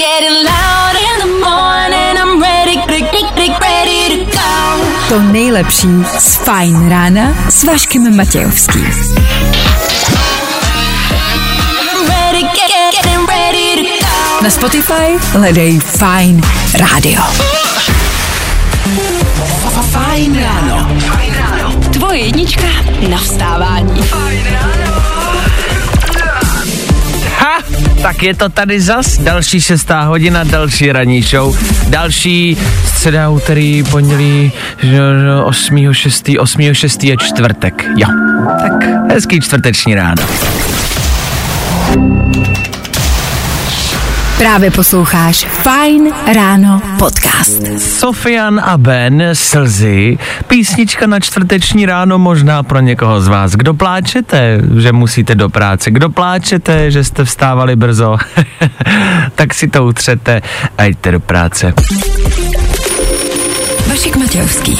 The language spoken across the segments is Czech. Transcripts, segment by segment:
To nejlepší z Fajn rána s Vaškem Matějovským. Na Spotify hledej Fajn rádio. Fajn ráno. Tvoje jednička na vstávání. Ha! Tak je to tady zas, další 6. hodina, další ranní show, další středa, úterý, pondělí, 8.6. je čtvrtek, jo. Tak hezký čtvrteční ráno. Právě posloucháš Fajn ráno podcast. Sofian a Ben, Slzy, písnička na čtvrteční ráno možná pro někoho z vás. Kdo pláčete, že musíte do práce? Kdo pláčete, že jste vstávali brzo? Tak si to utřete a jděte do práce. Vašek Matějovský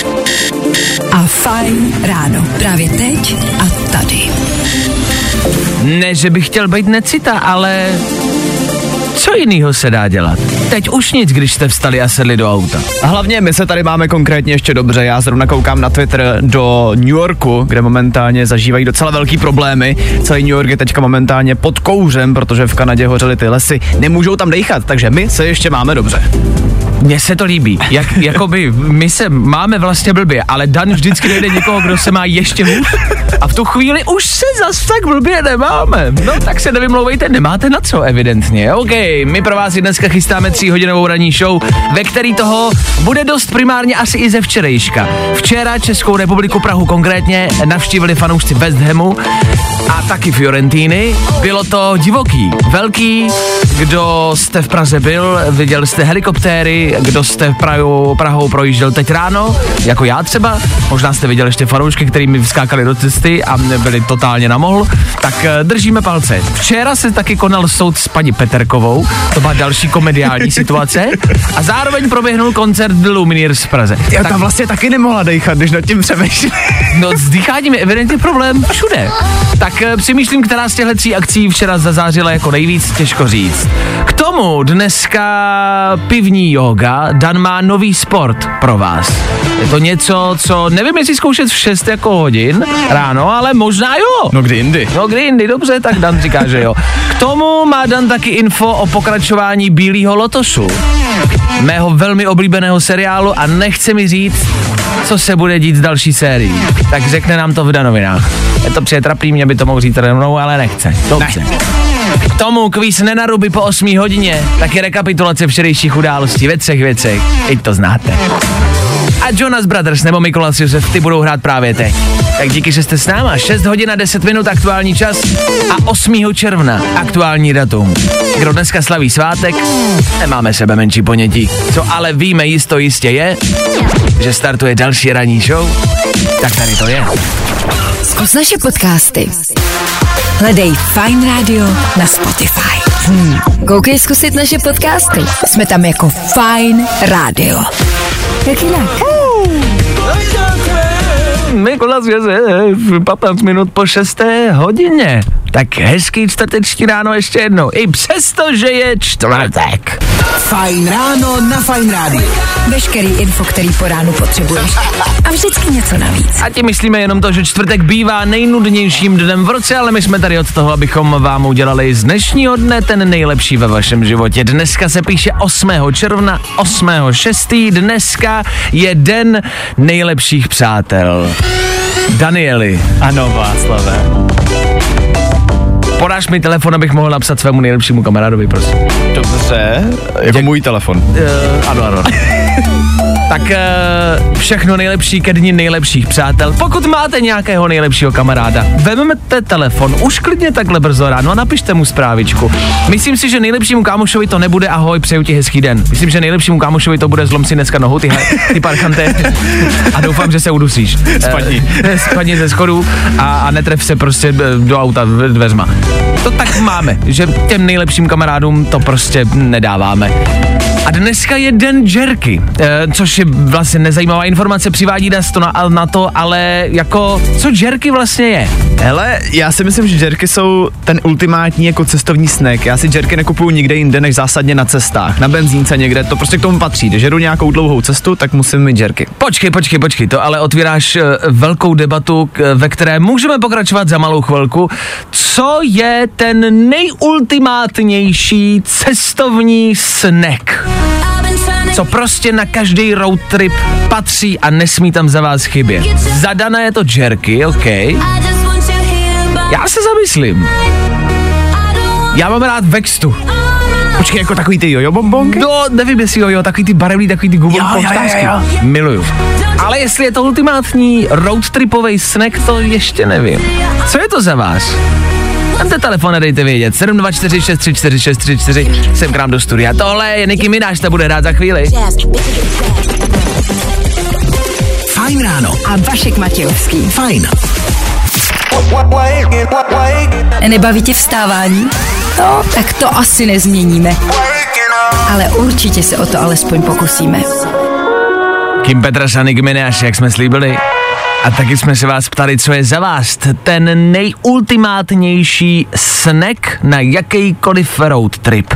a Fajn ráno. Právě teď a tady. Ne, že bych chtěl být necita, ale co jinýho se dá dělat? Teď už nic, když jste vstali a sedli do auta. A hlavně my se tady máme konkrétně ještě dobře. Já zrovna koukám na Twitter do New Yorku, kde momentálně zažívají docela velký problémy. Celý New York je teďka momentálně pod kouřem, protože v Kanadě hořely ty lesy. Nemůžou tam dejchat, takže my se ještě máme dobře. Mně se to líbí, jakoby my se máme vlastně blbě, ale Dan vždycky najde někoho, kdo se má ještě hůř a v tu chvíli už se zas tak blbě nemáme. No tak se nevymlouvejte, nemáte na co evidentně. OK, my pro vás dneska chystáme 3hodinovou ranní show, ve který toho bude dost primárně asi i ze včerejška. Včera Českou republiku, Prahu konkrétně, navštívili fanoušci West Hamu a taky Fiorentíny. Bylo to divoký, velký. Kdo jste v Praze byl, viděl jste helikoptéry, kdo jste v Prahou projížděl teď ráno, jako já třeba, možná jste viděli ještě fanoušky, který mi vskákali do cesty a byli totálně na mohl, tak držíme palce. Včera se taky konal soud s paní Peterkovou, to byla další komediální situace a zároveň proběhnul koncert v Lumineers v Praze. Já tam vlastně taky nemohla dejchat, když nad tím přemýšlím. No s dýcháním je evidentně problém všude. Tak přemýšlím, která z těchto 3 akcí včera zazářila jako nejvíc, těžko říct. K tomu dneska pivní yoga, Dan má nový sport pro vás. Je to něco, co nevím, jestli zkoušet v 6 jako hodin ráno, ale možná jo. No kdy jindy, dobře, tak Dan říká, že jo. K tomu má Dan taky info o pokračování Bílýho lotosu, mého velmi oblíbeného seriálu a nechce mi říct, co se bude dít s další sérií. Tak řekne nám to v Danovinách. Je to přetrapný, mě by to mohl říct rovnou, ale nechce. Dobře. Ne. K tomu kvíz Nenaruby po 8 hodině, taky rekapitulace včerejších událostí ve 3 věcech. I to znáte. A Jonas Brothers nebo Mikolas Josef, ty budou hrát právě teď. Tak díky, že jste s náma. 6 hodin a 10 minut aktuální čas a 8. června aktuální datum. Kdo dneska slaví svátek, nemáme sebe menší ponětí. Co ale víme jistě je, že startuje další ranní show, tak tady to je. Zkus naše podcasty. Hledej Fajn rádio na Spotify. Koukej zkusit naše podcasty. Jsme tam jako Fajn rádio. Jak jinak? Mikolas Josef, 15 minut po 6. hodině. Tak hezký čtvrteční ráno ještě jednou. I přesto, že je čtvrtek. Fajn ráno na Fajn rádiu. Veškerý info, který po ránu potřebuješ. A vždycky něco navíc. A tím myslíme jenom to, že čtvrtek bývá nejnudnějším dnem v roce, ale my jsme tady od toho, abychom vám udělali z dnešního dne ten nejlepší ve vašem životě. Dneska se píše 8. června, 8.6. Dneska je den nejlepších přátel. Danieli. Ano, Václave. Podáš mi telefon, abych mohl napsat svému nejlepšímu kamarádovi, prosím. Dobře, jako můj telefon. Ano. Tak všechno nejlepší ke dni nejlepších přátel. Pokud máte nějakého nejlepšího kamaráda, vezmete telefon už klidně takhle brzo ráno a napište mu zprávičku. Myslím si, že nejlepšímu kámošovi to nebude ahoj, přeju ti hezký den. Myslím, že nejlepšímu kámošovi to bude zlom si dneska nohu, ty parchante, a doufám, že se udusíš. Spadni ze schodů a netref se prostě do auta dveřma. To tak máme, že těm nejlepším kamarádům to prostě nedáváme. A dneska je den Jerky, což což je vlastně nezajímavá informace, přivádí nás to na to, ale jako, co jerky vlastně je? Hele, já si myslím, že jerky jsou ten ultimátní jako cestovní snack. Já si jerky nekupuju nikde jinde, než zásadně na cestách, na benzínce někde, to prostě k tomu patří. Když jedu nějakou dlouhou cestu, tak musím mít jerky. Počkej, to ale otvíráš velkou debatu, ve které můžeme pokračovat za malou chvilku. Co je ten nejultimátnější cestovní snack? Co prostě na každý road trip patří a nesmí tam za vás chybět. Zadané je to jerky, OK. Já se zamyslím. Já mám rád Vextu. Počkej, jako takový ty jojo bonbonky? No, nevím, jestli jojo, takový ty barevný, takový ty gumové postásky. Miluju. Ale jestli je to ultimátní road tripovej snack, to ještě nevím. Co je to za vás? Vemte telefon a dejte vědět. 724634634 sem k nám do studia. Tohle je Nicki Minaj, ta bude hrát za chvíli. Fajn ráno. A Vašek Matějovský. Fajn. Nebaví tě vstávání? No, tak to asi nezměníme. Ale určitě se o to alespoň pokusíme. Kim Petras a Nicki Minaj, jak jsme slíbili. A taky jsme se vás ptali, co je za vás ten nejultimátnější snack na jakýkoliv road trip.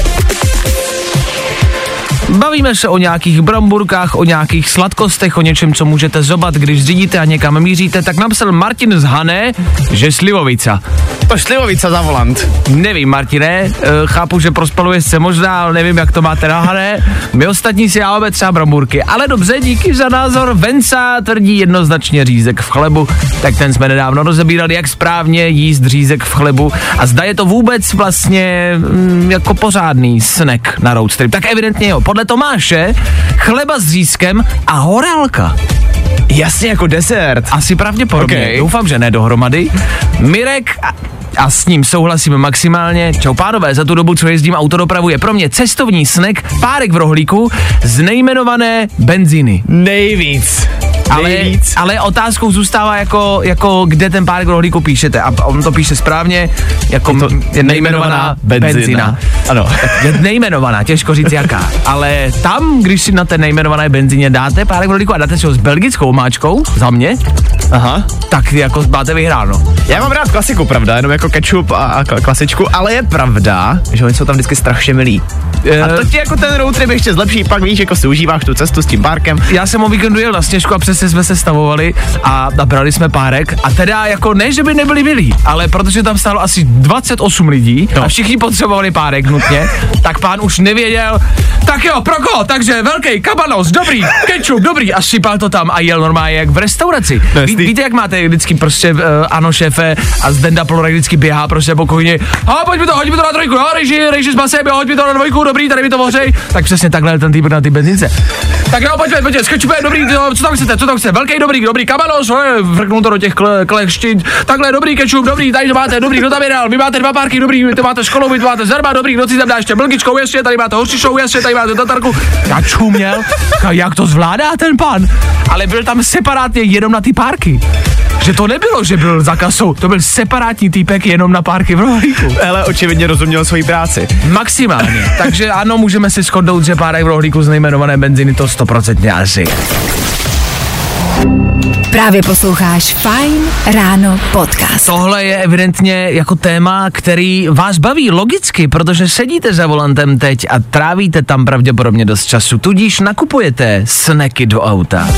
Bavíme se o nějakých bramburkách, o nějakých sladkostech, o něčem, co můžete zobat, když řídíte a někam míříte, tak napsal Martin z Hané, že slivovica. To slivovica za volant. Nevím, Martine, chápu, že prospaluje se možná, ale nevím, jak to máte na Hané. My ostatní si dáváme třeba bramburky, ale dobře, díky za názor. Venca tvrdí jednoznačně řízek v chlebu, tak ten jsme nedávno rozebírali, jak správně jíst řízek v chlebu a zda je to vůbec vlastně jako pořádný snack na road trip. Tak evidentně jo, podle Tomáše chleba s řízkem a horálka. Jasně, jako desert. Asi pravděpodobně, Okay. Doufám, že ne dohromady. Mirek a s ním souhlasíme maximálně. Čau pánové, za tu dobu, co jezdím autodopravu, je pro mě cestovní snack párek v rohlíku z nejmenované benzíny. Nejvíc. Ale otázkou zůstává jako kde ten párek v rohlíku píšete. A on to píše správně, jako je nejmenovaná benzína. Ano. Je nejmenovaná, těžko říct jaká. Ale tam, když si na té nejmenované benzíně dáte párek v rohlíku a dáte si ho s belgickou máčkou, za mě, Aha. tak jako máte vyhráno. Já mám rád klasiku, pravda, jenom jako ketchup a klasičku, ale je pravda, že oni jsou tam vždycky strašně milí. A to ti jako ten road trip ještě zlepší, pak víš, jako si užíváš tu cestu s tím párkem. Já jsem o víkendu jel na Sněžku a přesně jsme se stavovali a nabrali jsme párek a teda jako ne, že by nebyli milí, ale protože tam stálo asi 28 lidí a všichni potřebovali párek nutně, tak pán už nevěděl, tak jo, pro koho, takže velký kabanos, dobrý, ketchup, dobrý a sypal to tam a jel normálně jak v restauraci. Víte, jak máte vždycky prostě, ano šéfe a Zdenda Plorek vždycky běhá prostě pokojně, a hoď mi to na trojku, jo, rejži s masem, jo, hoď mi to na dvojku, dobrý, tady mi to ohřej, tak přesně takhle ten týpek na ty benzince. Tak jo, pojďme, s ketchupem, dobrý, co tam chcete, velký, dobrý, kabanos, vrknul to do těch kleštin, takhle, dobrý ketchup, dobrý, tady to máte, dobrý, kdo tam je dál, vy máte 2 párky, dobrý, vy to máte s kolou, vy to máte zrba, dobrý, kdo si tam dá ještě blgičkou, ještě, tady máte hořčišou, ještě, tady máte tatarku. Já čuměl, jak to zvládá ten pán, ale byl tam separátně jenom na ty párky. Že to nebylo, že byl za kasou, to byl separátní týpek jenom na párky v rohlíku. Hele, očividně rozuměl svoji práci. Maximálně, takže ano, můžeme si shodnout, že párek v rohlíku z nejmenované benzíny to 100% asi. Právě posloucháš Fajn ráno podcast. Tohle je evidentně jako téma, který vás baví logicky, protože sedíte za volantem teď a trávíte tam pravděpodobně dost času, tudíž nakupujete snacky do auta.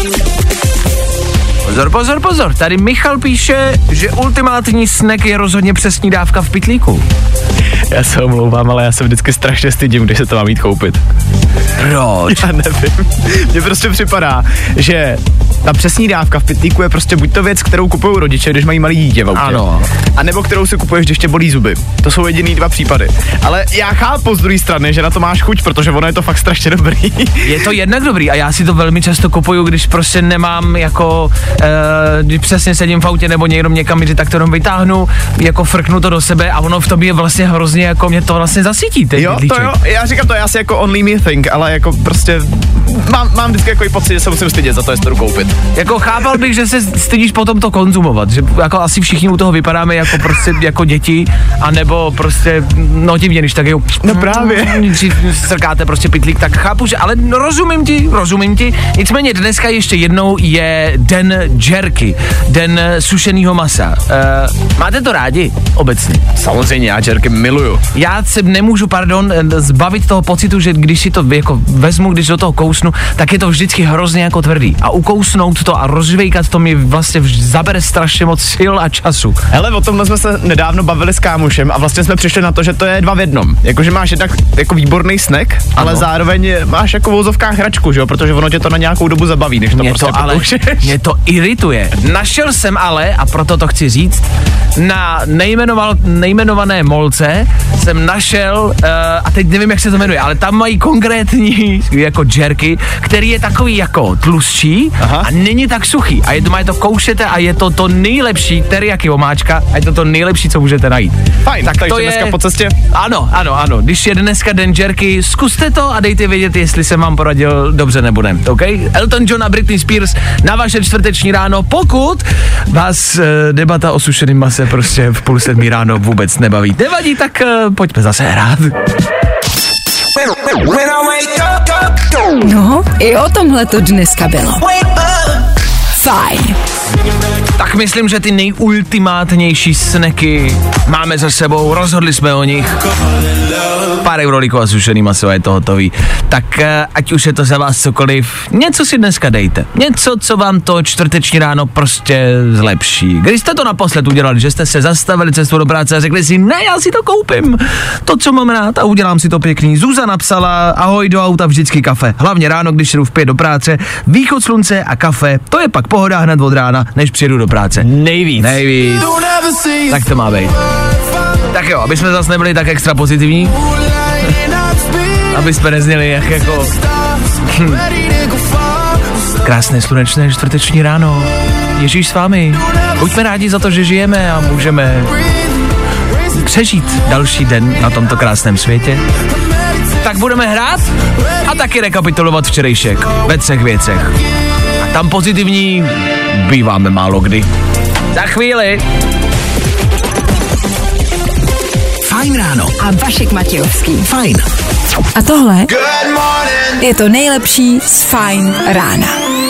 Pozor, tady Michal píše, že ultimátní snack je rozhodně přesní dávka v pytlíku. Já se omlouvám, ale já se vždycky strašně stydím, když se to mám jít koupit. Proč? Já nevím. Mně prostě připadá, že ta přesní dávka v pytlíku je prostě buď to věc, kterou kupují rodiče, když mají malý dítě v autě. Ano. A nebo kterou si kupuješ, když tě bolí zuby. To jsou jediný 2 případy. Ale já chápu z druhé strany, že na to máš chuť, protože ono je to fakt strašně dobrý. Je to jednak dobrý a já si to velmi často kupuju, když prostě nemám jako když přesně sedím v autě nebo někdo někam jde, tak to jenom vytáhnu, jako frknu to do sebe a ono v tobě vlastně hrozně, jako mě to vlastně zasítí. Jo, bydlíček. to jo, já říkám to, já si jako only me think, ale jako prostě mám vždycky jako pocit, že se musím stydět za to, jestli to koupit. Jako chápal bych, že se stydíš potom to konzumovat, že jako asi všichni u toho vypadáme jako prostě jako děti, anebo prostě, no divně, když tak jo. No právě. Si strkáte prostě pytlík, tak chápu, že, ale no, rozumím ti. Nicméně dneska ještě jednou je den jerky, den sušenýho masa. Máte to rádi obecně? Samozřejmě, já jerky miluju. Já se nemůžu, zbavit toho pocitu, že když si to jako vezmu, když do toho kousnu, tak je to vždycky hrozně jako tvrdý. A ukousnout to a rozžvejkat to mi vlastně zabere strašně moc sil a času. Hele, o tomhle jsme se nedávno bavili s kámošem a vlastně jsme přišli na to, že to je 2 v 1. Jakože máš jednak jako výborný snack, ale zároveň máš jako v uvozovkách hračku, že jo, protože ono tě to na nějakou dobu zabaví, než to mě prostě pokoušeš. Mě to irituje. Našel jsem ale, a proto to chci říct, na nejmenované molce jsem našel, a teď nevím, jak se to jmenuje, ale tam mají konkrétní jako jerky, který je takový jako tlustší a není tak suchý. A má to koušete a je to nejlepší teriyaki omáčka a je to nejlepší, co můžete najít. Fajn, tak to je dneska po cestě. Ano. Když je dneska den jerky, zkuste to a dejte vědět, jestli jsem vám poradil dobře nebo ne, OK? Elton John a Britney Spears na vaše čtvrteční ráno, pokud vás debata o sušeným mase prostě v 6:30 ráno vůbec nebaví. Nevadí, tak pojďme zase hrát. No, i o tomhle to dneska bylo. Fajn. Tak myslím, že ty nejultimátnější snacky máme za sebou, rozhodli jsme o nich. Pár eurolíků a sušený maso a je to hotový. Tak ať už je to za vás cokoliv, něco si dneska dejte. Něco, co vám to čtvrteční ráno prostě zlepší. Když jste to naposled udělali, že jste se zastavili cestu do práce a řekli si, ne, já si to koupím, to, co mám rád a udělám si to pěkný. Zuza napsala, ahoj, do auta vždycky kafe. Hlavně ráno, když jdu v 5 do práce, východ slunce a kafe, to je pak pohoda hned od rána, než přijedu do práce. Nejvíc. Tak to má být. Tak jo, aby jsme zase nebyli tak extra pozitivní. Aby jsme nezněli jak jako... Krásné slunečné čtvrteční ráno. Ježíš s vámi. Buďme rádi za to, že žijeme a můžeme přežít další den na tomto krásném světě. Tak budeme hrát a taky rekapitulovat včerejšek ve 3 věcech. A tam pozitivní býváme málo kdy. Za chvíli. Fajn ráno. A Vašek Matějovský. Fajn. A tohle je to nejlepší z Fajn rána.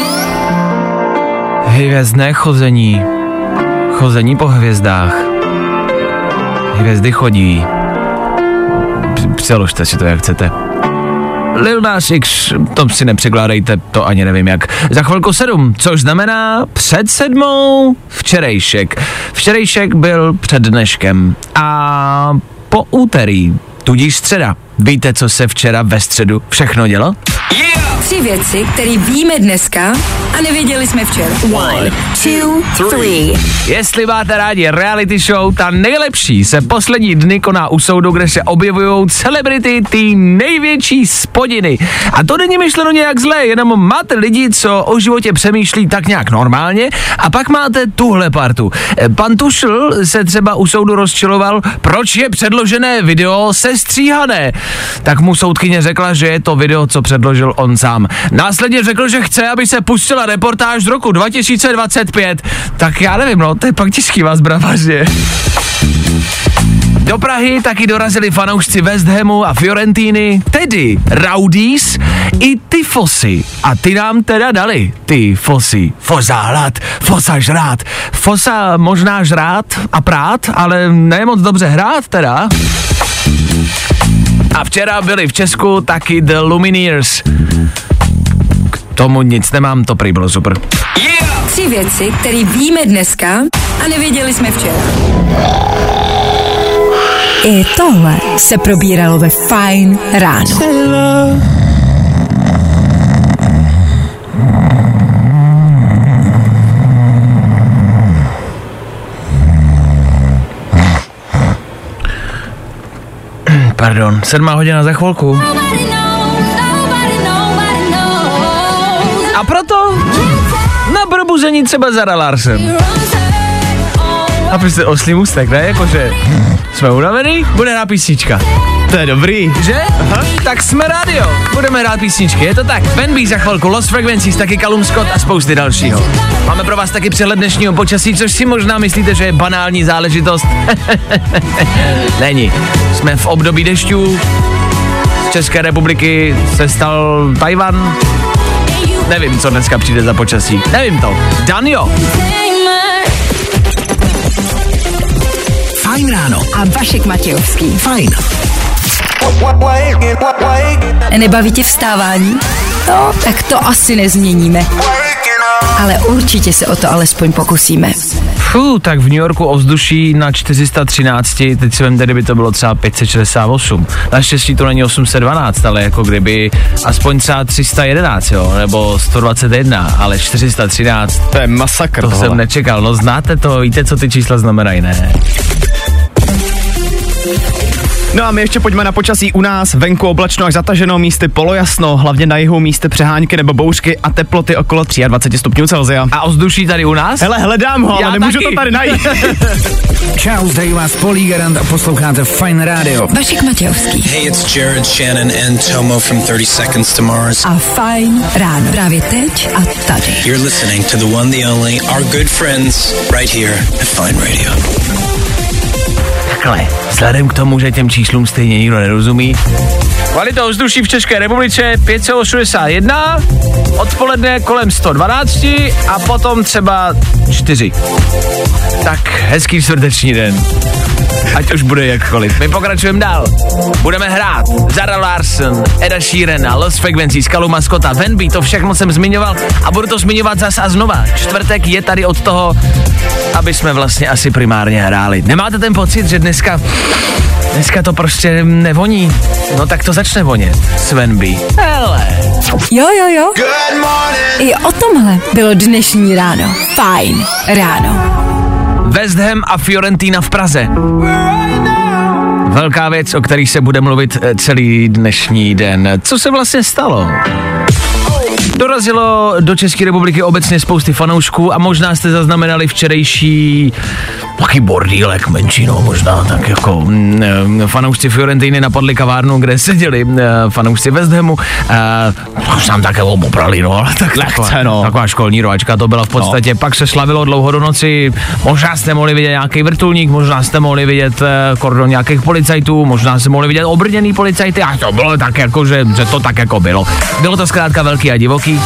Hvězdné chození. Chození po hvězdách. Hvězdy chodí. Přeložte si to, jak chcete. Lil Nas X, to si nepřekládejte, to ani nevím jak. Za chvilku 7, což znamená před 7 včerejšek. Včerejšek byl před dneškem a po úterý, tudíž středa. Víte, co se včera ve středu všechno dělo? 3 věci, které víme dneska a nevěděli jsme včera. 1, 2, 3. Jestli máte rádi reality show, ta nejlepší se poslední dny koná u soudu, kde se objevují celebrity, ty největší spodiny. A to není myšleno nějak zlé, jenom máte lidi, co o životě přemýšlí tak nějak normálně a pak máte tuhle partu. Pan Tušl se třeba u soudu rozčiloval, proč je předložené video sestříhané. Tak mu soudkyně řekla, že je to video, co předložil on sám. Následně řekl, že chce, aby se pustila reportáž z roku 2025. Tak já nevím, no, to je pak těžký vás bravaři. Do Prahy taky dorazili fanoušci West Hamu a Fiorentiny, tedy Rowdies i Tifosi. A ty nám teda dali, ty Fosy. Fosa hlad, Fosa žrát. Fosa možná žrát a prát, ale ne moc dobře hrát teda. A včera byli v Česku taky The Lumineers. K tomu nic nemám, to prý bylo super. 3 věci, které víme dneska a nevěděli jsme včera. I tohle se probíralo ve Fajn ráno. Pardon, 7 hodina za chvilku. A proto na probuzení třeba Zara Larsen. A prostě oslý můstek, ne? Jakože jsme unavený, bude hrát písnička. To je dobrý. Že? Aha. Tak jsme rádio. Budeme hrát písničky, je to tak. Van B za chvilku, Lost Frequencies, taky Callum Scott a spousty dalšího. Máme pro vás taky přehled dnešního počasí, což si možná myslíte, že je banální záležitost. Není. Jsme v období dešťů. Z České republiky se stal Tajvan. Nevím, co dneska přijde za počasí. Nevím to. Danjo. Fajn ráno. A Vašek Matějovský. Fajn. Nebaví tě vstávání? No, tak to asi nezměníme. Ale určitě se o to alespoň pokusíme. Tak v New Yorku ovzduší na 413, teď si vem, kdyby to bylo třeba 568. Naštěstí to není 812, ale jako kdyby aspoň třeba 311, jo, nebo 121, ale 413. To je masakr. To jsem nečekal, no znáte to, víte, co ty čísla znamenají, ne? No a my ještě pojďme na počasí u nás. Venku oblačno až zataženo, místy polojasno, hlavně na jihu místy přehánky nebo bouřky a teploty okolo 23 stupňů Celsia. A ovzduší tady u nás? Hele, hledám ho, ale nemůžu taky. to tady najít. Čau, zdraví vás Polí Garant a posloucháte Fajn rádio. Vašek Matějovský. Hey, it's Jared Shannon and Tomo from 30 Seconds to Mars. A Fajn ráno. Právě teď a tady. You're listening to the one, the only, our good friends, right here at Fine Radio. Takhle, vzhledem k tomu, že těm číslům stejně nikdo nerozumí. Kvalita ovzduší v České republice 561, odpoledne kolem 112 a potom třeba 4. Tak hezký čtvrteční den. Ať už bude jakkoliv. My pokračujeme dál. Budeme hrát Zara Larsen, Eda Sheerana, Lost Frequencies, Calluma Scotta, Van B, to všechno jsem zmiňoval a budu to zmiňovat zas a znova. Čtvrtek je tady od toho, aby jsme vlastně asi primárně hráli. Nemáte ten pocit, že dneska to nevoní? No tak to začne vonět s Van B. Hele. Jo. I o tomhle bylo dnešní ráno. Fajn ráno. West Ham a Fiorentina v Praze. Velká věc, o který se bude mluvit celý dnešní den. Co se vlastně stalo? Dorazilo do České republiky obecně spousty fanoušků a možná jste zaznamenali včerejší taky bordílek menší, no možná tak jako fanoušci Fiorentiny napadli kavárnu, kde seděli fanoušci West Hamu. Už tam také obrali, no, ale tak lehce, no. Taková školní rovačka to byla v podstatě. Pak se slavilo dlouho do noci, možná jste mohli vidět nějaký vrtulník, možná jste mohli vidět kordon nějakých policajtů, možná jste mohli vidět obrněný policajty a to bylo tak jako, že to tak jako bylo. Bylo to zkrátka velký a divoký.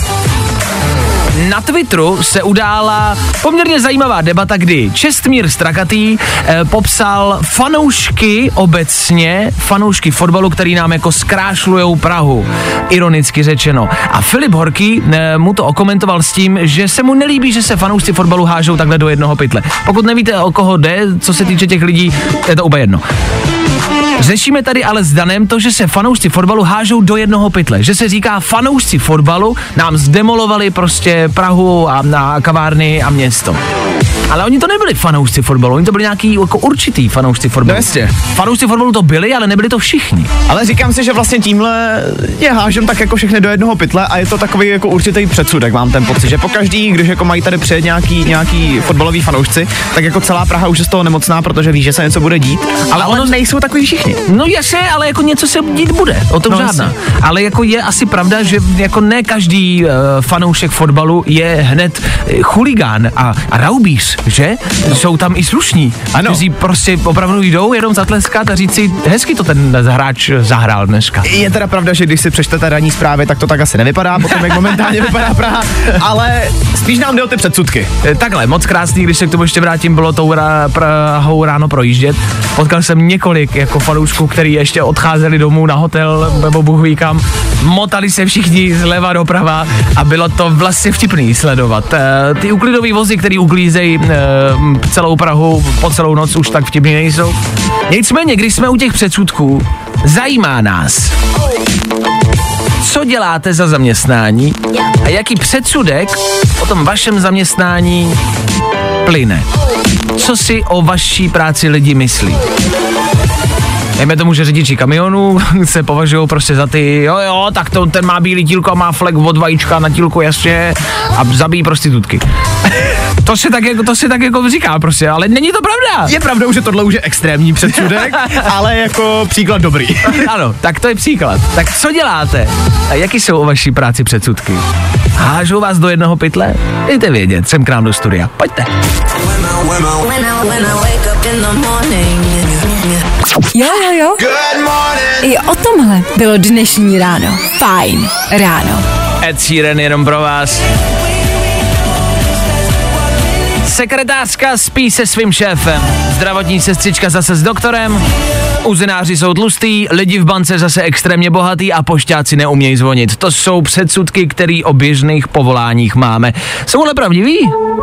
Na Twitteru se udála poměrně zajímavá debata, kdy Čestmír Strakatý popsal fanoušky obecně, fanoušky fotbalu, který nám jako zkrášlujou Prahu, ironicky řečeno. A Filip Horký mu to okomentoval s tím, že se mu nelíbí, že se fanoušci fotbalu hážou takhle do jednoho pytle. Pokud nevíte, o koho jde, co se týče těch lidí, je to úplně jedno. Řešíme tady ale s Danem to, že se fanoušci fotbalu hážou do jednoho pytle. Že se říká fanoušci fotbalu nám zdemolovali prostě Prahu a kavárny a město. Ale oni to nebyli fanoušci fotbalu, oni to byli nějaký jako určitý fanoušci fotbalu. No jasně. Fanoušci fotbalu to byli, ale nebyli to všichni. Ale říkám si, že vlastně tímhle je hážem tak jako všechny do jednoho pytle a je to takový jako určitý předsudek, mám ten pocit, že pokaždý, když jako mají tady přijet nějaký fotbaloví fanoušci, tak jako celá Praha už je z toho nemocná, protože ví, že se něco bude dít, ale ono nejsou takový všichni. No jasně, ale jako něco se dít bude, o tom žádná. Jasně. Ale jako je asi pravda, že jako ne každý fanoušek fotbalu je hned chuligán a raubíř, že? Jsou tam i slušní, kteří prostě opravdu jdou jenom zatleskat a říct si, hezky to ten hráč zahrál dneska. Je teda pravda, že když si přečtete ranní zprávy, tak to tak asi nevypadá, potom jak momentálně vypadá Praha, ale spíš nám jde o ty předsudky. Takhle, moc krásný, když se k tomu ještě vrátím, bylo tou Prahou ráno projíždět. Potkal jsem několik jako fanoušků, který ještě odcházeli domů na hotel, nebo Bůh ví kam, motali se všichni zleva doprava a bylo to vlastně vtipný sledovat. Ty uklidový vozy, který uklízejí celou Prahu po celou noc, už tak vtipný nejsou. Nicméně, když jsme u těch předsudků, zajímá nás, co děláte za zaměstnání a jaký předsudek o tom vašem zaměstnání plyne. Co si o vaší práci lidi myslí? Dejme tomu, že řidiči kamionů se považují prostě za ty, jo, tak ten má bílý tílko a má flek od vajíčka na tílku, jasně, a zabíjí prostitutky. To se tak jako říká prostě, ale není to pravda. Je pravdou, že tohle už je extrémní předsudek, ale jako příklad dobrý. Ano, tak to je příklad. Tak co děláte? A jaký jsou o vaší práci předsudky? Hážou vás do jednoho pytle? Dejte vědět, sem k nám do studia. Pojďte. Jo. I o tomhle bylo dnešní ráno. Fajn ráno. Ed Sheeran jenom pro vás. Sekretářka spí se svým šéfem. Zdravotní sestřička zase s doktorem. Uzenáři jsou tlustý, lidi v bance zase extrémně bohatý a pošťáci neumějí zvonit. To jsou předsudky, které o běžných povoláních máme. Jsou ale pravdiví?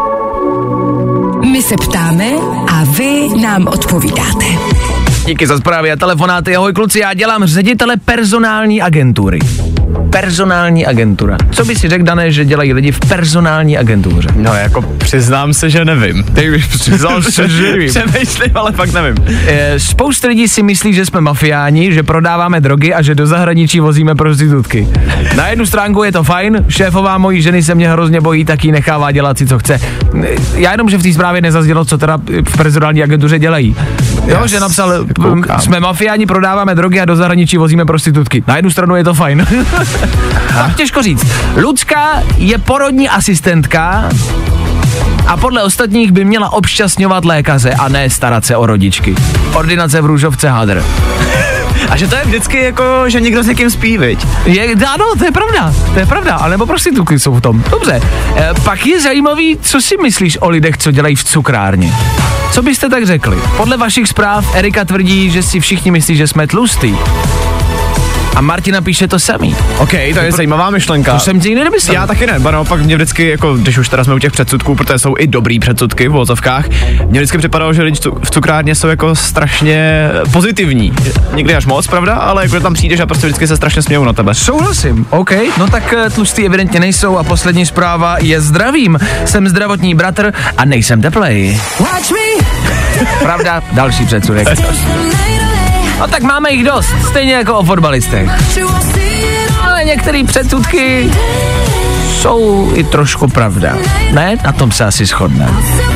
My se ptáme a vy nám odpovídáte. Díky za zprávy a telefonáty. Ahoj kluci, já dělám ředitele personální agentury. Personální agentura. Co by si řekl, Dané, že dělají lidi v personální agentuře? No jako přiznám se, že nevím. Přiznám se, že nevím. Přemýšlím, ale fakt nevím. Spousta lidí si myslí, že jsme mafiáni, že prodáváme drogy a že do zahraničí vozíme prostitutky. Na jednu stránku je to fajn, šéfová mojí ženy se mě hrozně bojí, tak jí nechává dělat si, co chce. Já jenom, že v té zprávě nezaznělo, co teda v personální agentuře dělají. Jo, že napsal, jsme mafiáni, prodáváme drogy a do zahraničí vozíme prostitutky. Na jednu stranu je to fajn. Tak těžko říct. Lucka je porodní asistentka a podle ostatních by měla obšťastňovat lékaře a ne starat se o rodičky. Ordinace v Růžovce hadr. A že to je vždycky jako, že někdo s někým spí, viď? Ano, to je pravda, anebo prostitutky jsou v tom. Dobře, pak je zajímavý, co si myslíš o lidech, co dělají v cukrárně. Co byste tak řekli? Podle vašich zpráv Erika tvrdí, že si všichni myslí, že jsme tlustý. A Martina píše to samý. OK, to je zajímavá myšlenka. To jsem nikdy nemyslel. Já taky ne, naopak mě vždycky, jako, když už teda jsme u těch předsudků, protože jsou i dobrý předsudky v vozovkách, mě vždycky připadalo, že lidi v cukrárně jsou jako strašně pozitivní. Někdy až moc, pravda, ale jako tam přijdeš a prostě vždycky se strašně smějou na tebe. Souhlasím, OK, no tak tlustý evidentně nejsou a poslední zpráva je zdravím. Jsem zdravotní bratr a nejsem teplej. Pravda, další předsudek. No tak máme jich dost, stejně jako o fotbalistech. Ale některé předsudky jsou i trošku pravda. Ne? Na tom se asi shodneme.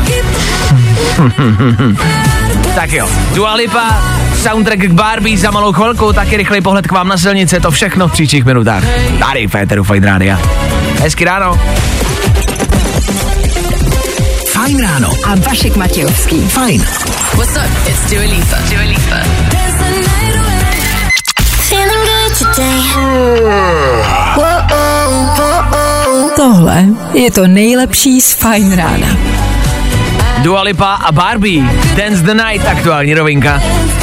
Tak jo, Dua Lipa, soundtrack k Barbie za malou chvilku, taky rychlej pohled k vám na silnice, to všechno v příštích minutách. Tady v éteru Fajn rádia. Hezky ráno. Fajn ráno. A Vašek Matějovský. Fajn. What's up? It's Dua Lipa. Dua Lipa. Tohle je to nejlepší z Fajn rána. Dua Lipa a Barbie, Dance the Night, aktuální novinka.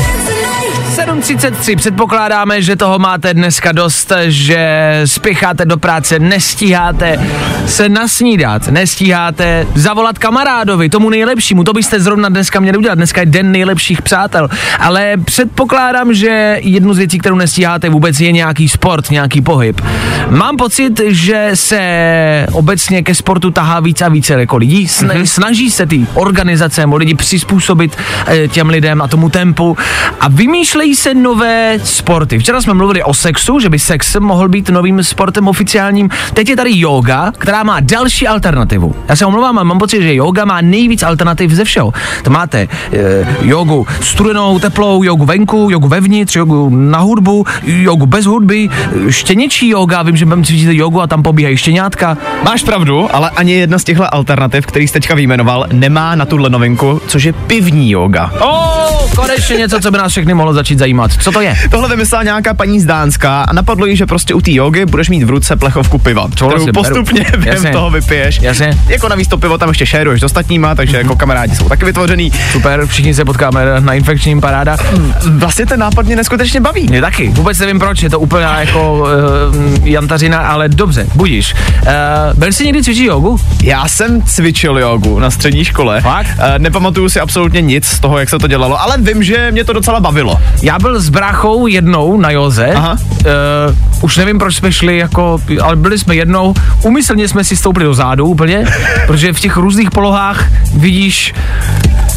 7:33, předpokládáme, že toho máte dneska dost, že spěcháte do práce, nestíháte se nasnídat, nestíháte zavolat kamarádovi, tomu nejlepšímu, to byste zrovna dneska měli udělat, dneska je den nejlepších přátel, ale předpokládám, že jednu z věcí, kterou nestíháte vůbec, je nějaký sport, nějaký pohyb. Mám pocit, že se obecně ke sportu tahá víc a více jako lidí, snaží se ty organizace nebo lidi přizpůsobit těm lidem a tomu tempu a vymýšlejí se nové sporty. Včera jsme mluvili o sexu, že by sex mohl být novým sportem oficiálním. Teď je tady yoga, která má další alternativu. Já se omlouvám, mám pocit, že yoga má nejvíc alternativ ze všeho. To máte jogu studenou, teplou, jogu venku, jogu vevnitř, jogu na hudbu, jogu bez hudby, štěněčí yoga, vím, že budeme cvičit jogu a tam pobíhají štěňátka. Máš pravdu, ale ani jedna z těchto alternativ, který jsi teďka vyjmenoval, nemá na tuhle novinku, což je pivní yoga. Konečně něco, co by nás všechny mohlo začít zajímat. Co to je? Tohle vymyslela nějaká paní z Dánska a napadlo jí, že prostě u té jogy budeš mít v ruce plechovku piva, kterou postupně během toho vypiješ. Jasně. Jako navíc to pivo tam ještě šéruješ s ostatníma, takže jako kamarádi jsou taky vytvořený. Super, všichni se potkáme na infekčním paráda. Vlastně ten nápad mě neskutečně baví. Mě taky. Vůbec nevím proč, je to úplně jako jantařina, ale dobře, budíš. Byl jsi někdy cvičit jogu? Já jsem cvičil jogu na střední škole. Fakt? Nepamatuju si absolutně nic z toho, jak se to dělalo, ale vím, že mě to docela bavilo. Já byl s bráchou jednou na józe. Už nevím, proč jsme šli, jako, ale byli jsme jednou, úmyslně jsme si stoupili do zádu úplně, protože v těch různých polohách vidíš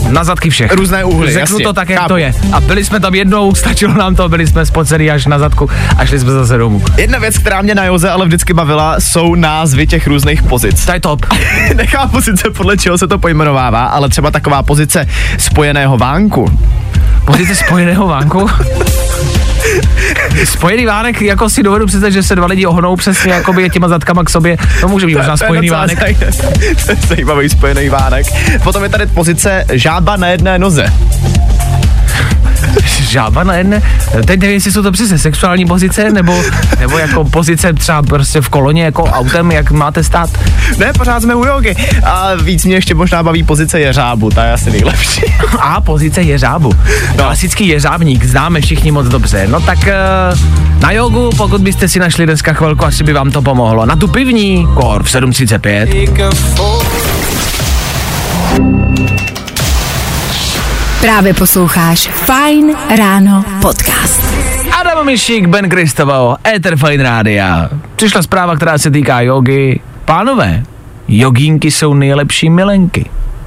Na zadky všech. Různé úhly, Řeknu jasně, to tak, jak chápu. to je. A byli jsme tam jednou, stačilo nám to, byli jsme spocený až na zadku a šli jsme zase domů. Jedna věc, která mě na józe ale vždycky bavila, jsou názvy těch různých pozic. To je top. Nechápu sice podle čeho se to pojmenovává, ale třeba taková pozice spojeného vánku. Pozice spojeného vánku? Spojený vánek, jako si dovedu představit, že se dva lidi ohnou přesně jakoby těma zadkama k sobě. To může být možná spojený vánek. To je zajímavý spojený vánek. Potom je tady pozice žába na jedné noze. Žába na jedné, teď nevím, jestli jsou to přesně sexuální pozice, nebo jako pozice třeba prostě v koloně, jako autem, jak máte stát. Ne, pořád jsme u jogy. A víc mě ještě možná baví pozice jeřábu, ta je asi nejlepší. A pozice jeřábu. Klasický jeřábník, známe všichni moc dobře. No tak na jogu, pokud byste si našli dneska chvilku, asi by vám to pomohlo. Na tu pivní, kor v 7:35. Právě posloucháš Fajn ráno podcast. Adam Mišík, Ben Kristoval, Éter Fajn Rádia. Přišla zpráva, která se týká jogy. Pánové, jogínky jsou nejlepší milenky.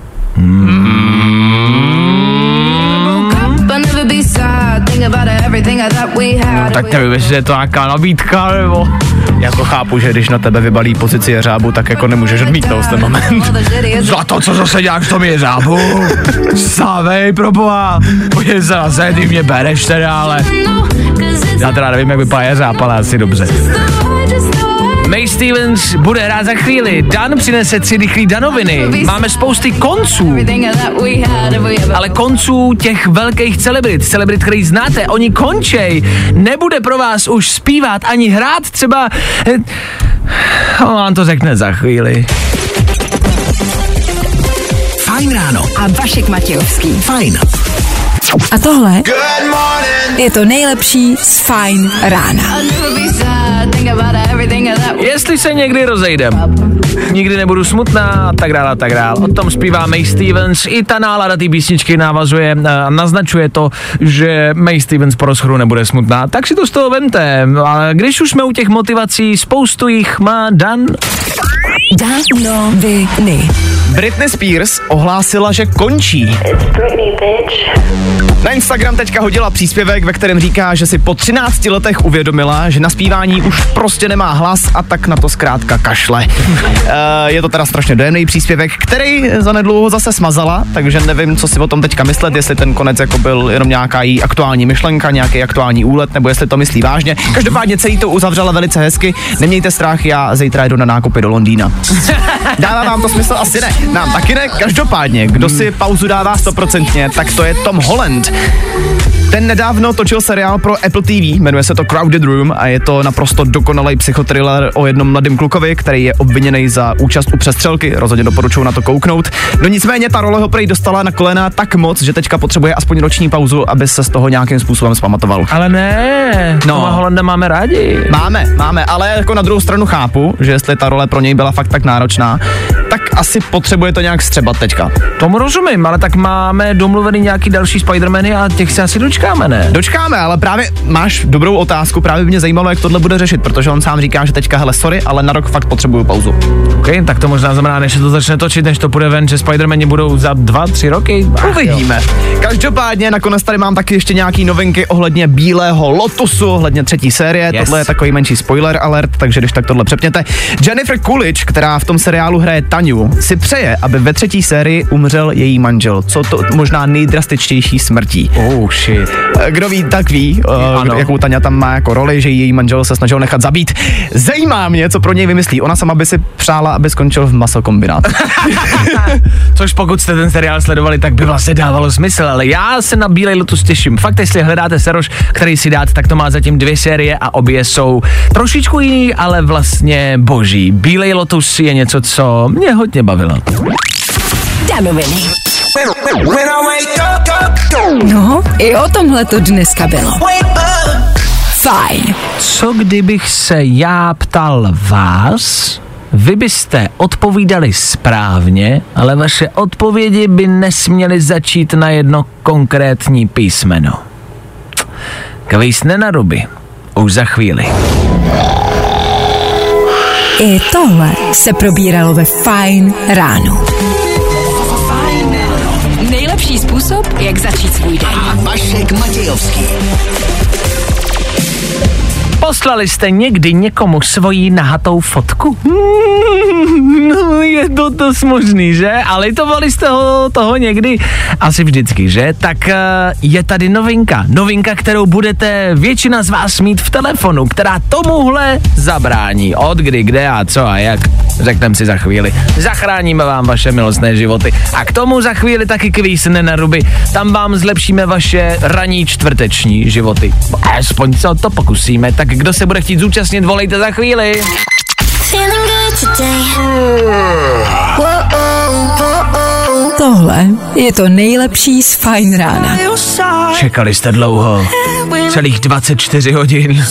Tak nevím, jestli je to nějaká nabídka, nebo... Jako chápu, že když na tebe vybalí pozici jeřábu, tak jako nemůžeš odmítnout ten moment. Za to, co zase děláš v tom jeřábu? Sávej, proboha. Pojď se na zé, ty mě bereš teda, ale... Já teda nevím, jak vypadá jeřáb, ale asi dobře. May Stevens bude hrát za chvíli. Dan přinese 3 rychlý danoviny. Máme spousty konců. Ale konců těch velkých celebrit, který znáte, oni končej. Nebude pro vás už zpívat ani hrát třeba... On vám to řekne za chvíli. Fajn ráno. A Vašek Matějovský. Fajn. A tohle je to nejlepší z Fajn rána. Jestli se někdy rozejdem, nikdy nebudu smutná a tak dále a tak dále. O tom zpívá May Stevens. I ta nálada té písničky navazuje a naznačuje to, že May Stevens po rozchodu nebude smutná. Tak si to z toho vemte. A když už jsme u těch motivací, spoustu jich má Dan. Danoviny. Britney Spears ohlásila, že končí. Na Instagram teďka hodila příspěvek, ve kterém říká, že si po 13 letech uvědomila, že na zpívání už prostě nemá hlas a tak na to zkrátka kašle. Je to teda strašně dojemný příspěvek, který zanedlouho zase smazala, takže nevím, co si o tom teďka myslet, jestli ten konec jako byl jenom nějaká jí aktuální myšlenka, nějaký aktuální úlet, nebo jestli to myslí vážně. Každopádně celý to uzavřela velice hezky. Nemějte strach, já zítra jdu na nákupy do Londýna. Dává vám to smysl? Asi ne. Nám taky ne. Každopádně, kdo si pauzu dává 100%, tak to je Tom Holland. Ten nedávno točil seriál pro Apple TV, jmenuje se to Crowded Room a je to naprosto dokonalý psychotriller o jednom mladém klukovi, který je obviněný za účast u přestřelky, rozhodně doporučuji na to kouknout. No nicméně ta role ho prý dostala na kolena tak moc, že teďka potřebuje aspoň roční pauzu, aby se z toho nějakým způsobem zpamatoval. Ale ne, Toma Hollanda máme rádi. Máme, ale jako na druhou stranu chápu, že jestli ta role pro něj byla fakt tak náročná, tak asi potřebuje to nějak střebat teďka. Tomu rozumím, ale tak máme domluvený nějaký další Spidermany a těch se asi dočkáme, ne? Dočkáme, ale právě máš dobrou otázku, právě by mě zajímalo, jak tohle bude řešit, protože on sám říká, že teďka, hele, sorry, ale na rok fakt potřebuju pauzu. OK, tak to možná znamená, než se to začne točit, než to půjde ven, že Spidermani budou za 2-3 roky. Uvidíme. Každopádně nakonec tady mám taky ještě nějaký novinky ohledně Bílého lotusu, ohledně 3. série. Yes. Tohle je takový menší spoiler alert, takže když tak tohle přepněte. Jennifer Coolidge, která v tom seriálu hraje Taňu, si přeje, aby ve 3. sérii umřel její manžel. Co to možná nejdrastičtější smrtí. Oh shit. Kdo ví, tak ví, jakou Taňa tam má jako roli, že její manžel se snažil nechat zabít. Zajímá mě, co pro něj vymyslí. Ona sama by si přála, aby skončil v masokombinátu. Což pokud jste ten seriál sledovali, tak by vlastně dávalo smysl, ale já se na Bílej lotus těším. Fakt, jestli hledáte seroš, který si dát, tak to má zatím 2 série a obě jsou trošičku jiný, ale vlastně boží. Bílej lotus je něco, co mě hodně bavilo. Danoviny. No, i o tomhle to dneska bylo. Fajn. Co kdybych se já ptal vás? Vy byste odpovídali správně, ale vaše odpovědi by nesměly začít na jedno konkrétní písmeno. Kvíz nenaruby. Už za chvíli. I tohle se probíralo ve Fajn ráno. Nejlepší způsob, jak začít svůj den. A Vašek Matějovský. Poslali jste někdy někomu svoji nahatou fotku? No, je to dost možný, že? Ale litovali jste toho někdy? Asi vždycky, že? Tak je tady novinka. Novinka, kterou budete většina z vás mít v telefonu, která tomuhle zabrání. Od kdy, kde a co a jak. Řekneme si za chvíli. Zachráníme vám vaše milostné životy. A k tomu za chvíli taky kvíz Nenaruby. Tam vám zlepšíme vaše ranní čtvrteční životy. Aspoň se o to pokusíme. Tak kdo se bude chtít zúčastnit, volejte za chvíli. Tohle je to nejlepší z Fajn rána. Čekali jste dlouho. Celých 24 hodin.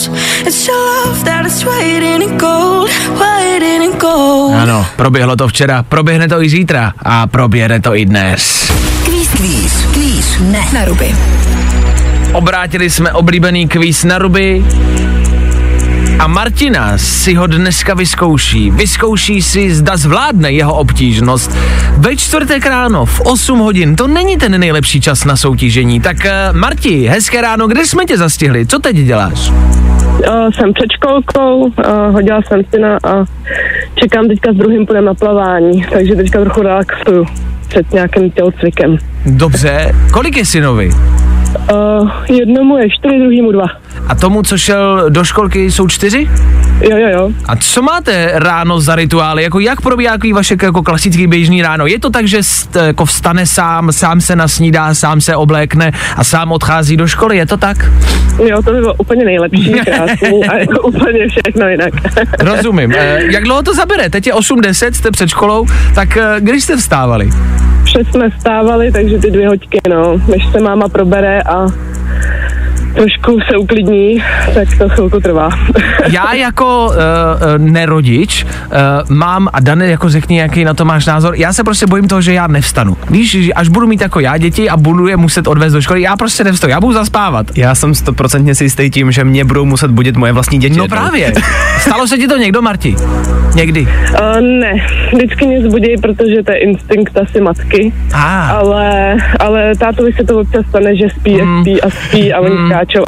Ano, proběhlo to včera, proběhne to i zítra a proběhne to i dnes. Kvíz, ne. Na ruby. Obrátili jsme oblíbený kvíz na ruby a Martina si ho dneska vyzkouší. Vyzkouší si, zda zvládne jeho obtížnost. Ve čtvrtek ráno v 8 hodin, to není ten nejlepší čas na soutěžení. Tak Marti, hezké ráno, kde jsme tě zastihli? Co teď děláš? Jsem před školkou, hodila jsem syna a čekám teďka s druhým půjdem na plavání, takže teďka trochu relaxuju před nějakým tělocvikem. Dobře, kolik je synovi? Jednomu je 4, druhýmu 2. A tomu, co šel do školky, jsou 4? Jo. A co máte ráno za rituály? Jako jak probíhá vaše jako klasický běžný ráno? Je to tak, že jako vstane sám se nasnídá, sám se oblékne a sám odchází do školy? Je to tak? Jo, to by bylo úplně nejlepší, krásný a jako úplně všechno jinak. Rozumím. Jak dlouho to zabere? Teď je 8:10, jste před školou, tak když jste vstávali? Vše jsme vstávali, takže ty 2 hoďky, než se máma probere a trošku se uklidní, tak to chvilku trvá. Já jako nerodič mám, a Dane, jako řekni, jaký na to máš názor, já se prostě bojím toho, že já nevstanu. Víš, až budu mít jako já děti a budu je muset odvést do školy, já prostě nevstanu, já budu zaspávat. Já jsem 100% si jistý tím, že mě budou muset budit moje vlastní děti. No právě. Stalo se ti to někdo, Marti? Někdy? Ne, vždycky mě zbudí, protože to je instinkt asi matky, ale tátovi se to občas stane, že spí a oni skáčou.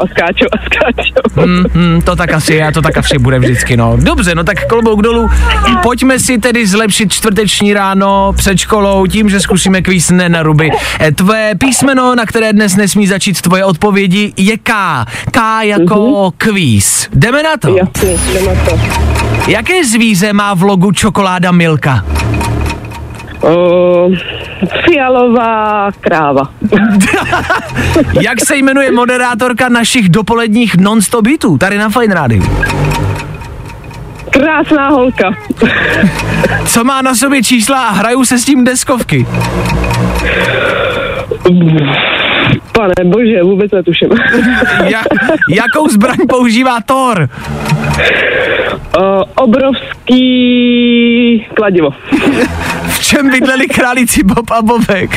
To tak asi je, to tak asi bude vždycky, no. Dobře, no tak klobouk dolů. Pojďme si tedy zlepšit čtvrteční ráno před školou tím, že zkusíme kvíz Nenaruby. Tvoje písmeno, na které dnes nesmí začít tvoje odpovědi, je K. K jako kvíz. Jdeme na to? Jasně, jdeme na to. Jaké zvíře má v logu čokoláda Milka? Fialová kráva. Jak se jmenuje moderátorka našich dopoledních non-stop hitů tady na Fajn rádiu? Krásná holka. Co má na sobě čísla a hrajou se s tím deskovky? Pane bože, vůbec netuším. Jakou zbraň používá Thor? Obrovský kladivo. V čem bydleli králíci Bob a Bobek?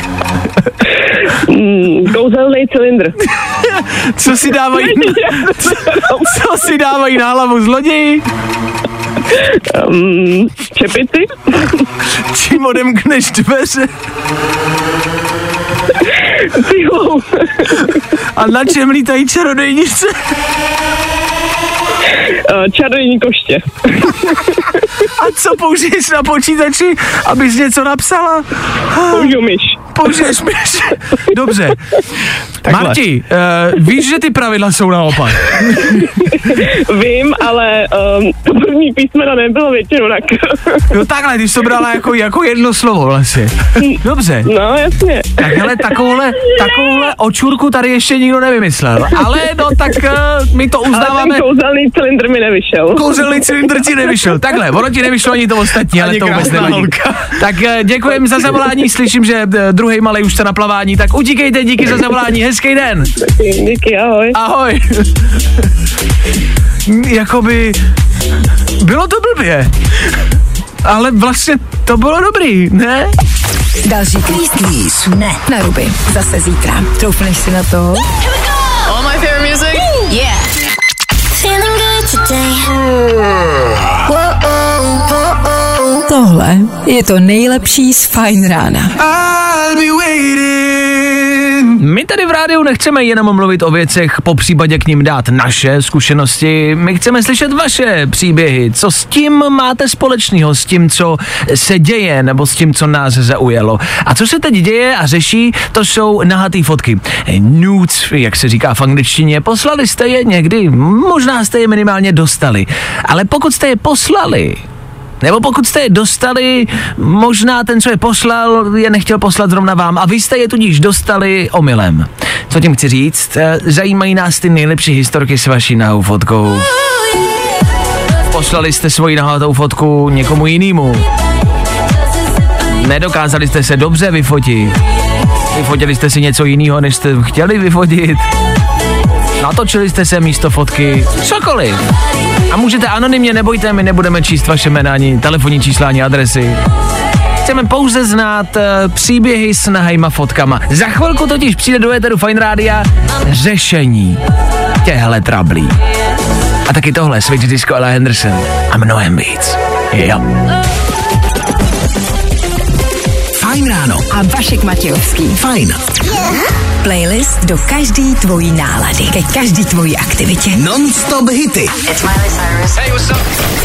Kouzelný cylindr. Co si dávají na hlavu zloději? Čepici. Čím odemkneš dveře? Pilou. A na čem lítají čarodejnice? Čarodějní koště. A co použiješ na počítači, abys něco napsala? Použiju myš. Použiješ myš. Dobře. Marti, víš, že ty pravidla jsou naopak? Vím, ale to první písmeno nebylo většinou tak. No takhle, ty jsi to brala jako jedno slovo vlastně. Dobře. No, jasně. Tak hele, takovouhle očurku tady ještě nikdo nevymyslel. Ale no tak my to uznáváme. Ale ten kouzelný cylindr mi nevyšel. Kouzelný cylindr ti nevyšel. Takhle, ono ti nevyšlo ani to ostatní, ale to vůbec nevadí. Tak děkujem za zavolání, slyším, že druhý malej už jste na plavání, tak utíkejte, díky za zavolání, hezký den. Díky, ahoj. Ahoj. Jakoby, bylo to blbě, ale vlastně to bylo dobrý, ne? Další kvíz ne na ruby. Zase zítra. Troufneš si na to? All my favorite music? Yeah. Tohle je to nejlepší z Fajn rána. I'll be waiting. My tady v rádiu nechceme jenom mluvit o věcech, popřípadě k nim dát naše zkušenosti, my chceme slyšet vaše příběhy, co s tím máte společného, s tím, co se děje, nebo s tím, co nás zaujalo. A co se teď děje a řeší, to jsou nahatý fotky. Nudes, jak se říká v angličtině, poslali jste je někdy, možná jste je minimálně dostali, ale pokud jste je poslali, nebo pokud jste je dostali, možná ten, co je poslal, je nechtěl poslat zrovna vám a vy jste je tudíž dostali omylem. Co tím chci říct? Zajímají nás ty nejlepší historky s vaší nahou fotkou. Poslali jste svoji nahatou fotku někomu jinému. Nedokázali jste se dobře vyfotit. Vyfotili jste si něco jiného, než jste chtěli vyfotit. Natočili jste se místo fotky, cokoliv. A můžete anonymně, nebojte, my nebudeme číst vaše jména, ani telefonní čísla, ani adresy. Chceme pouze znát příběhy s nahejma fotkama. Za chvilku totiž přijde do éteru Fajn Rádia řešení těhle trablí. A taky tohle, Switch Disco Ella Henderson a mnohem víc. Jo. Fajn ráno. A Vašek Matějovský. Fajn. Playlist do každý tvojí nálady, ke každý tvojí aktivitě. Non-stop hity. It's Miley Cyrus. Hey, what's up?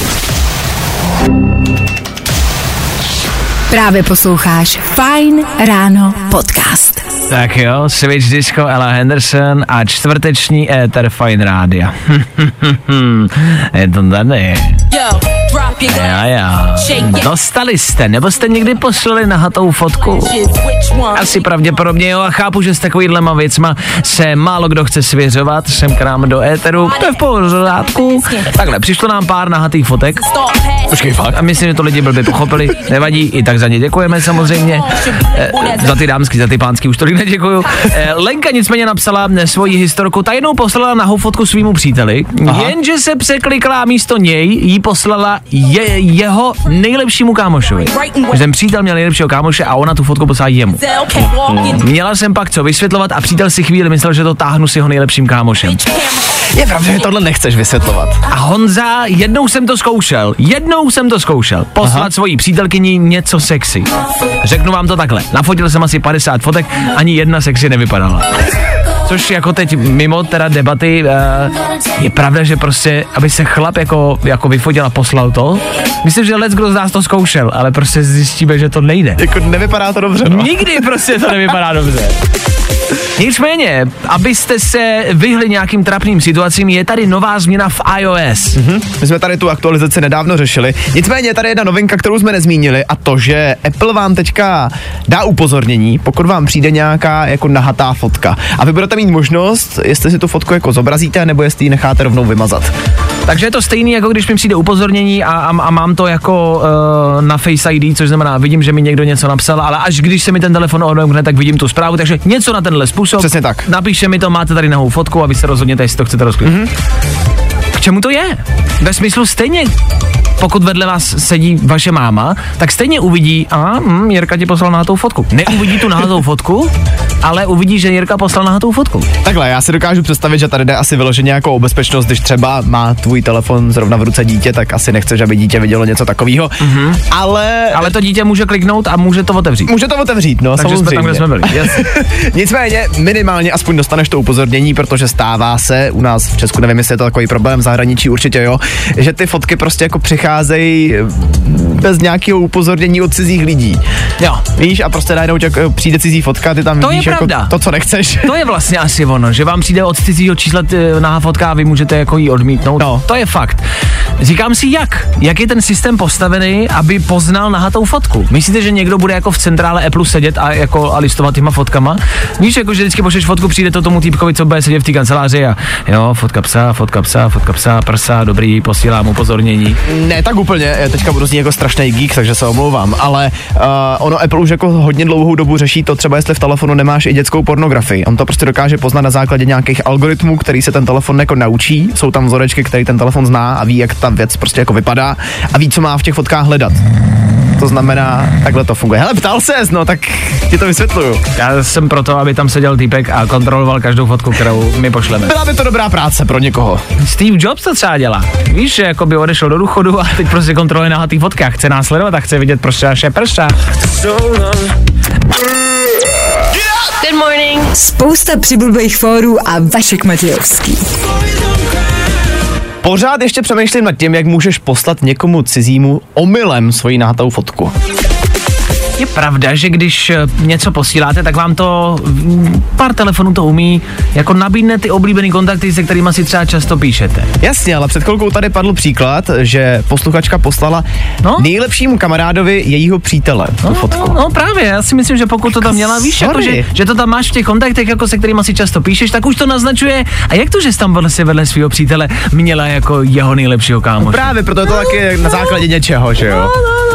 Právě posloucháš Fajn ráno podcast. Tak jo, Switch Disco Ella Henderson a čtvrteční éter Fajn Rádia. Je to tady. Já. Dostali jste, nebo jste někdy poslali nahatou fotku? Asi pravděpodobně jo a chápu, že s takovýhlema věcma se málo kdo chce svěřovat sem k nám do éteru. To je v pořádku. Takhle, přišlo nám pár nahatých fotek. Počkej, fakt? A myslím, že to lidi blbě pochopili. Nevadí, i tak za ně děkujeme samozřejmě. Za ty dámský, za ty pánský už tolik neděkuju. Lenka nicméně napsala svoji historku, ta jednou poslala nahou fotku svýmu příteli, jenže se překlikla a místo něj jí poslala jeho nejlepšímu kámošovi. Že ten přítel měl nejlepšího kámoše a ona tu fotku poslala jemu. Měla jsem pak co vysvětlovat a přítel si chvíli myslel, že to táhnu s jeho nejlepším kámošem. Je pravda, že tohle nechceš vysvětlovat. A Honza, jednou jsem to zkoušel. Poslat svojí přítelkyni něco sexy. Řeknu vám to takhle. Nafotil jsem asi 50 fotek, ani jedna sexy nevypadala. Což jako teď mimo teda debaty je pravda, že prostě, aby se chlap jako vyfotil a poslal to, myslím, že kdo z nás to zkoušel, ale prostě zjistíme, že to nejde. Jako nevypadá to dobře, no. Nikdy prostě to nevypadá dobře. Nicméně, abyste se vyhli nějakým trapným situacím, je tady nová změna v iOS. My jsme tady tu aktualizaci nedávno řešili. Nicméně tady je jedna novinka, kterou jsme nezmínili, a to, že Apple vám teďka dá upozornění, pokud vám přijde nějaká jako nahatá fotka. A vy budete mít možnost, jestli si tu fotku jako zobrazíte, nebo jestli ji necháte rovnou vymazat. Takže je to stejný, jako když mi přijde upozornění a mám to jako na Face ID, což znamená, vidím, že mi někdo něco napsal, ale až když se mi ten telefon odemkne, tak vidím tu zprávu, takže něco na tenhle způsob. Přesně tak. Napíše mi to, máte tady nahou fotku a vy se rozhodněte, jestli to chcete rozkliknout. K čemu to je? Ve smyslu stejně, pokud vedle vás sedí vaše máma, tak stejně uvidí, Jirka ti poslal nahatou fotku. Neuvidí tu nahatou fotku, ale uvidí, že Jirka poslal nahatou fotku. Takhle, já si dokážu představit, že tady jde asi vyloženě jako o bezpečnost, když třeba má tvůj telefon zrovna v ruce dítě, tak asi nechceš, aby dítě vidělo něco takového. Ale to dítě může kliknout a může to otevřít. Může to otevřít, no. Takže samozřejmě. jsme tam, kde jsme byli. Yes. Nicméně minimálně aspoň dostaneš to upozornění, protože stává se u nás v Česku, nevím, jestli je to takový problém, v zahraničí určitě jo, že ty fotky prostě jako přicházejí bez nějakého upozornění od cizích lidí. Jo. Víš, a prostě najednou přijde cizí fotka, ty tam to vidíš jako to, co nechceš. To je vlastně asi ono, že vám přijde od cizího čísla nahá fotka a vy můžete jako jí odmítnout. No. To je fakt. Říkám si jak je ten systém postavený, aby poznal nahatou fotku. Myslíte, že někdo bude jako v centrále Apple sedět a listovat těma fotkama? Víš, jako že vždycky pošleš fotku, přijde to tomu týpkovi, co bude sedět v té kanceláři a jo, fotka psa, prsa, dobrý, posílám upozornění. Ne, tak úplně, já teďka budu znít jako strašný geek, takže se omlouvám, ale ono Apple už jako hodně dlouhou dobu řeší to třeba, jestli v telefonu nemáš i dětskou pornografii. On to prostě dokáže poznat na základě nějakých algoritmů, který se ten telefon jako naučí. Jsou tam vzorečky, který ten telefon zná a ví, jak ta věc prostě jako vypadá a ví, co má v těch fotkách hledat. To znamená, takhle to funguje. Hele, ptal ses, no, tak ti to vysvětluju. Já jsem proto, aby tam seděl týpek a kontroloval každou fotku, kterou my pošleme. Byla by to dobrá práce pro někoho. Steve Jobs to třeba dělá. Víš, že jako by odešel do důchodu a teď prostě kontroluje nahatý fotky a chce následovat a chce vidět prostě naše prsa. Good morning. Spousta přibulbých fórů a Vašek Matějovský. Pořád ještě přemýšlím nad tím, jak můžeš poslat někomu cizímu omylem svoji nahatou fotku. Je pravda, že když něco posíláte, tak vám to, pár telefonů to umí, jako nabídne ty oblíbený kontakty, se kterými si třeba často píšete. Jasně, ale před chvilkou tady padl příklad, že posluchačka poslala nejlepšímu kamarádovi jejího přítele tu fotku. No právě, já si myslím, že pokud to tam měla, víš, jako, že to tam máš v těch kontaktech, jako se kterými si často píšeš, tak už to naznačuje. A jak to, že jsi tam vedle svého přítele měla jako jeho nejlepšího kámoše? No právě, proto je to taky na základě něčeho, že jo?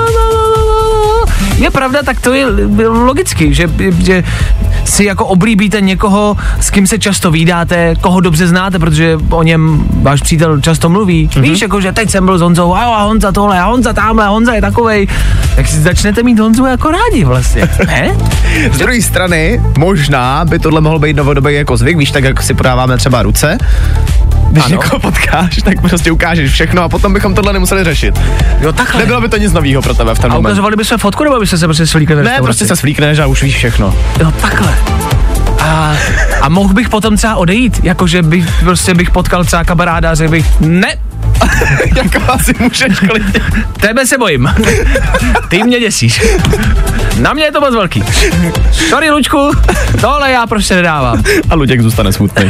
Je pravda, tak to je logicky, že si jako oblíbíte někoho, s kým se často vídáte, koho dobře znáte, protože o něm váš přítel často mluví. Víš, jako že teď jsem byl s Honzou, a Honza tohle, a Honza tamhle, a Honza je takovej. Tak si začnete mít Honzu jako rádi vlastně, ne? Z druhé strany, možná by tohle mohlo být novodobý jako zvyk, víš, tak jak si podáváme třeba ruce. Když někoho potkáš, tak prostě ukážeš všechno a potom bychom tohle nemuseli řešit. Jo, takhle. Nebylo by to nic novýho pro tebe v ten moment. A ukazovali by se fotku, nebo by se prostě svlíkli? Ne, prostě se svlíkneš a už víš všechno. Jo, takhle. A mohl bych potom třeba odejít, jakože bych potkal třeba kamaráda a řekl bych, ne. Jako asi můžeš klidně. Tebe se bojím. Ty mě děsíš. Na mě je to moc velký. Sorry, Lučku, tohle já prostě nedávám. A Luděk zůstane smutný.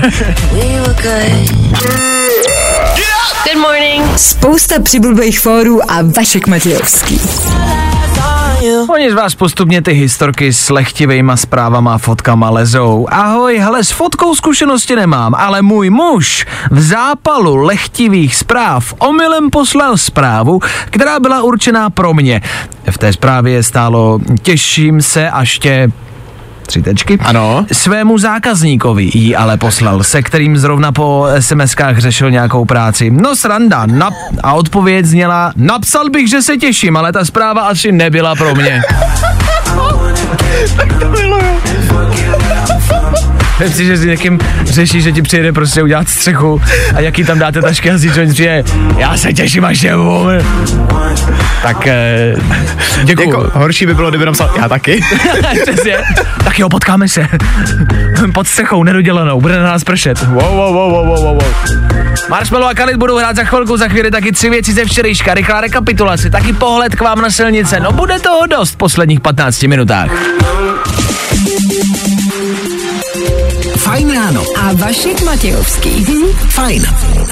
Good morning. Spousta přibulbých fórů a Vašek Matějovský. Oni z vás postupně ty historky s lehtivejma zprávama a fotkama lezou. Ahoj, hele, s fotkou zkušenosti nemám, ale můj muž v zápalu lehtivých zpráv omylem poslal zprávu, která byla určená pro mě. V té zprávě stálo těším se, až tě... 3 tečky. Ano. Svému zákazníkovi jí ale poslal, se kterým zrovna po SMS-kách řešil nějakou práci. No sranda. A odpověď zněla, napsal bych, že se těším, ale ta zpráva asi nebyla pro mě. Tak to bylo, jo. Vem si, že si někým řešíš, že ti přijede prostě udělat střechu a jaký tam dáte tašky a si člověk přijde, já se těším, až je tak děkuju. Jako, horší by bylo, kdyby napsal, já taky. Přesně. Tak jo, potkáme se. Pod střechou nedodělanou, bude na nás pršet. Wow. Marshmallow a Khalid budou hrát za chvíli taky 3 věci ze včerejška, rychlá rekapitulace, taky pohled k vám na silnice. No bude toho dost v posledních 15 minutách. Fajn ráno. A Vašek Matějovský. Fajn.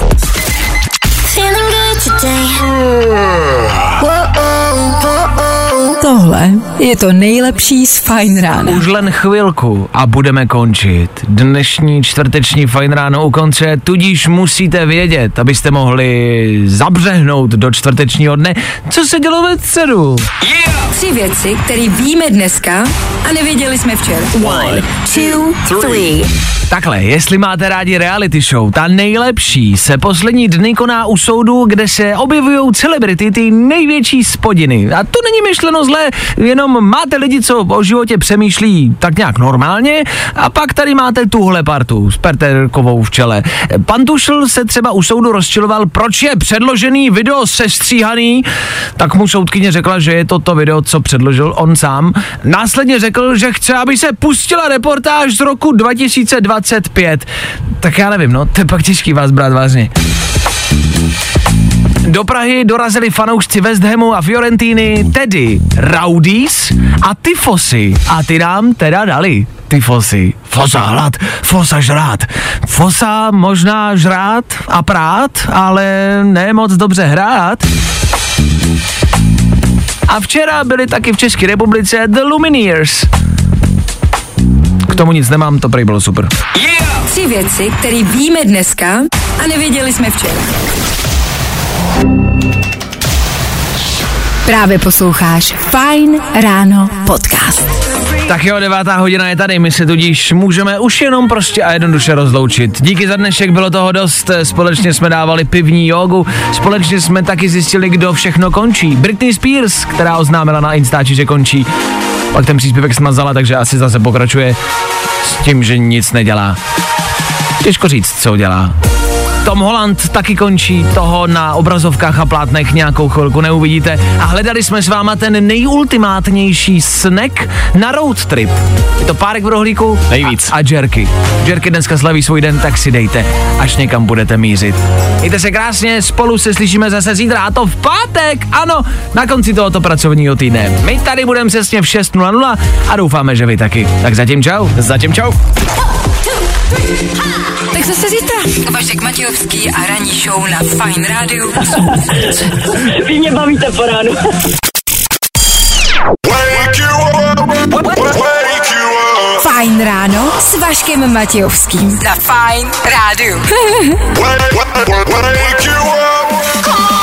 Tohle je to nejlepší z Fajn rána. Už len chvilku a budeme končit. Dnešní čtvrteční Fajn ráno u konce, tudíž musíte vědět, abyste mohli zabřehnout do čtvrtečního dne, co se dělo ve středu. 3 věci, které víme dneska a nevěděli jsme včera. 1, 2, 3. Takhle, jestli máte rádi reality show, ta nejlepší se poslední dny koná u soudu, kde se objevují celebrity, ty největší spodiny. A to není myšleno zle, jenom máte lidi, co o životě přemýšlí tak nějak normálně, a pak tady máte tuhle partu s Perterkovou v čele. Pan Tušl se třeba u soudu rozčiloval, proč je předložený video sestříhaný, tak mu soudkyně řekla, že je to video, co předložil on sám. Následně řekl, že chce, aby se pustila reportáž z roku 2025. Tak já nevím, no, to je pak těžký vás brát vážně. Do Prahy dorazili fanoušci West Hamu a Fiorentíny, tedy Rowdies a Tifosy. A ty nám teda dali Tifosy. Fosa hlad, fosa žrát. Fosa možná žrát a prát, ale ne moc dobře hrát. A včera byli taky v České republice The Lumineers. K tomu nic nemám, to prej bylo super. 3 věci, které víme dneska a nevěděli jsme včera. Právě posloucháš Fajn ráno podcast. Tak jo, 9. hodina je tady, my se tudíž můžeme už jenom prostě a jednoduše rozloučit. Díky za dnešek, bylo toho dost, společně jsme dávali pivní jógu, společně jsme taky zjistili, kdo všechno končí. Britney Spears, která oznámila na Instači, že končí, pak ten příspěvek smazala, takže asi zase pokračuje s tím, že nic nedělá. Těžko říct, co dělá. Tom Holland taky končí, toho na obrazovkách a plátnech nějakou chvilku neuvidíte. A hledali jsme s váma ten nejultimátnější snack na road trip. Je to párek v rohlíku Nejvíc. a jerky. Jerky dneska slaví svůj den, tak si dejte, až někam budete mířit. Mějte se krásně, spolu se slyšíme zase zítra, a to v pátek, ano, na konci tohoto pracovního týdne. My tady budeme přesně v 6:00 a doufáme, že vy taky. Tak zatím čau. Zatím čau. Tak zase zítra. Vašek Matějovský a ranní show na Fajn rádiu. Vy mě bavíte po ránu. Fajn ráno s Vaškem Matějovským. Na Fajn rádiu.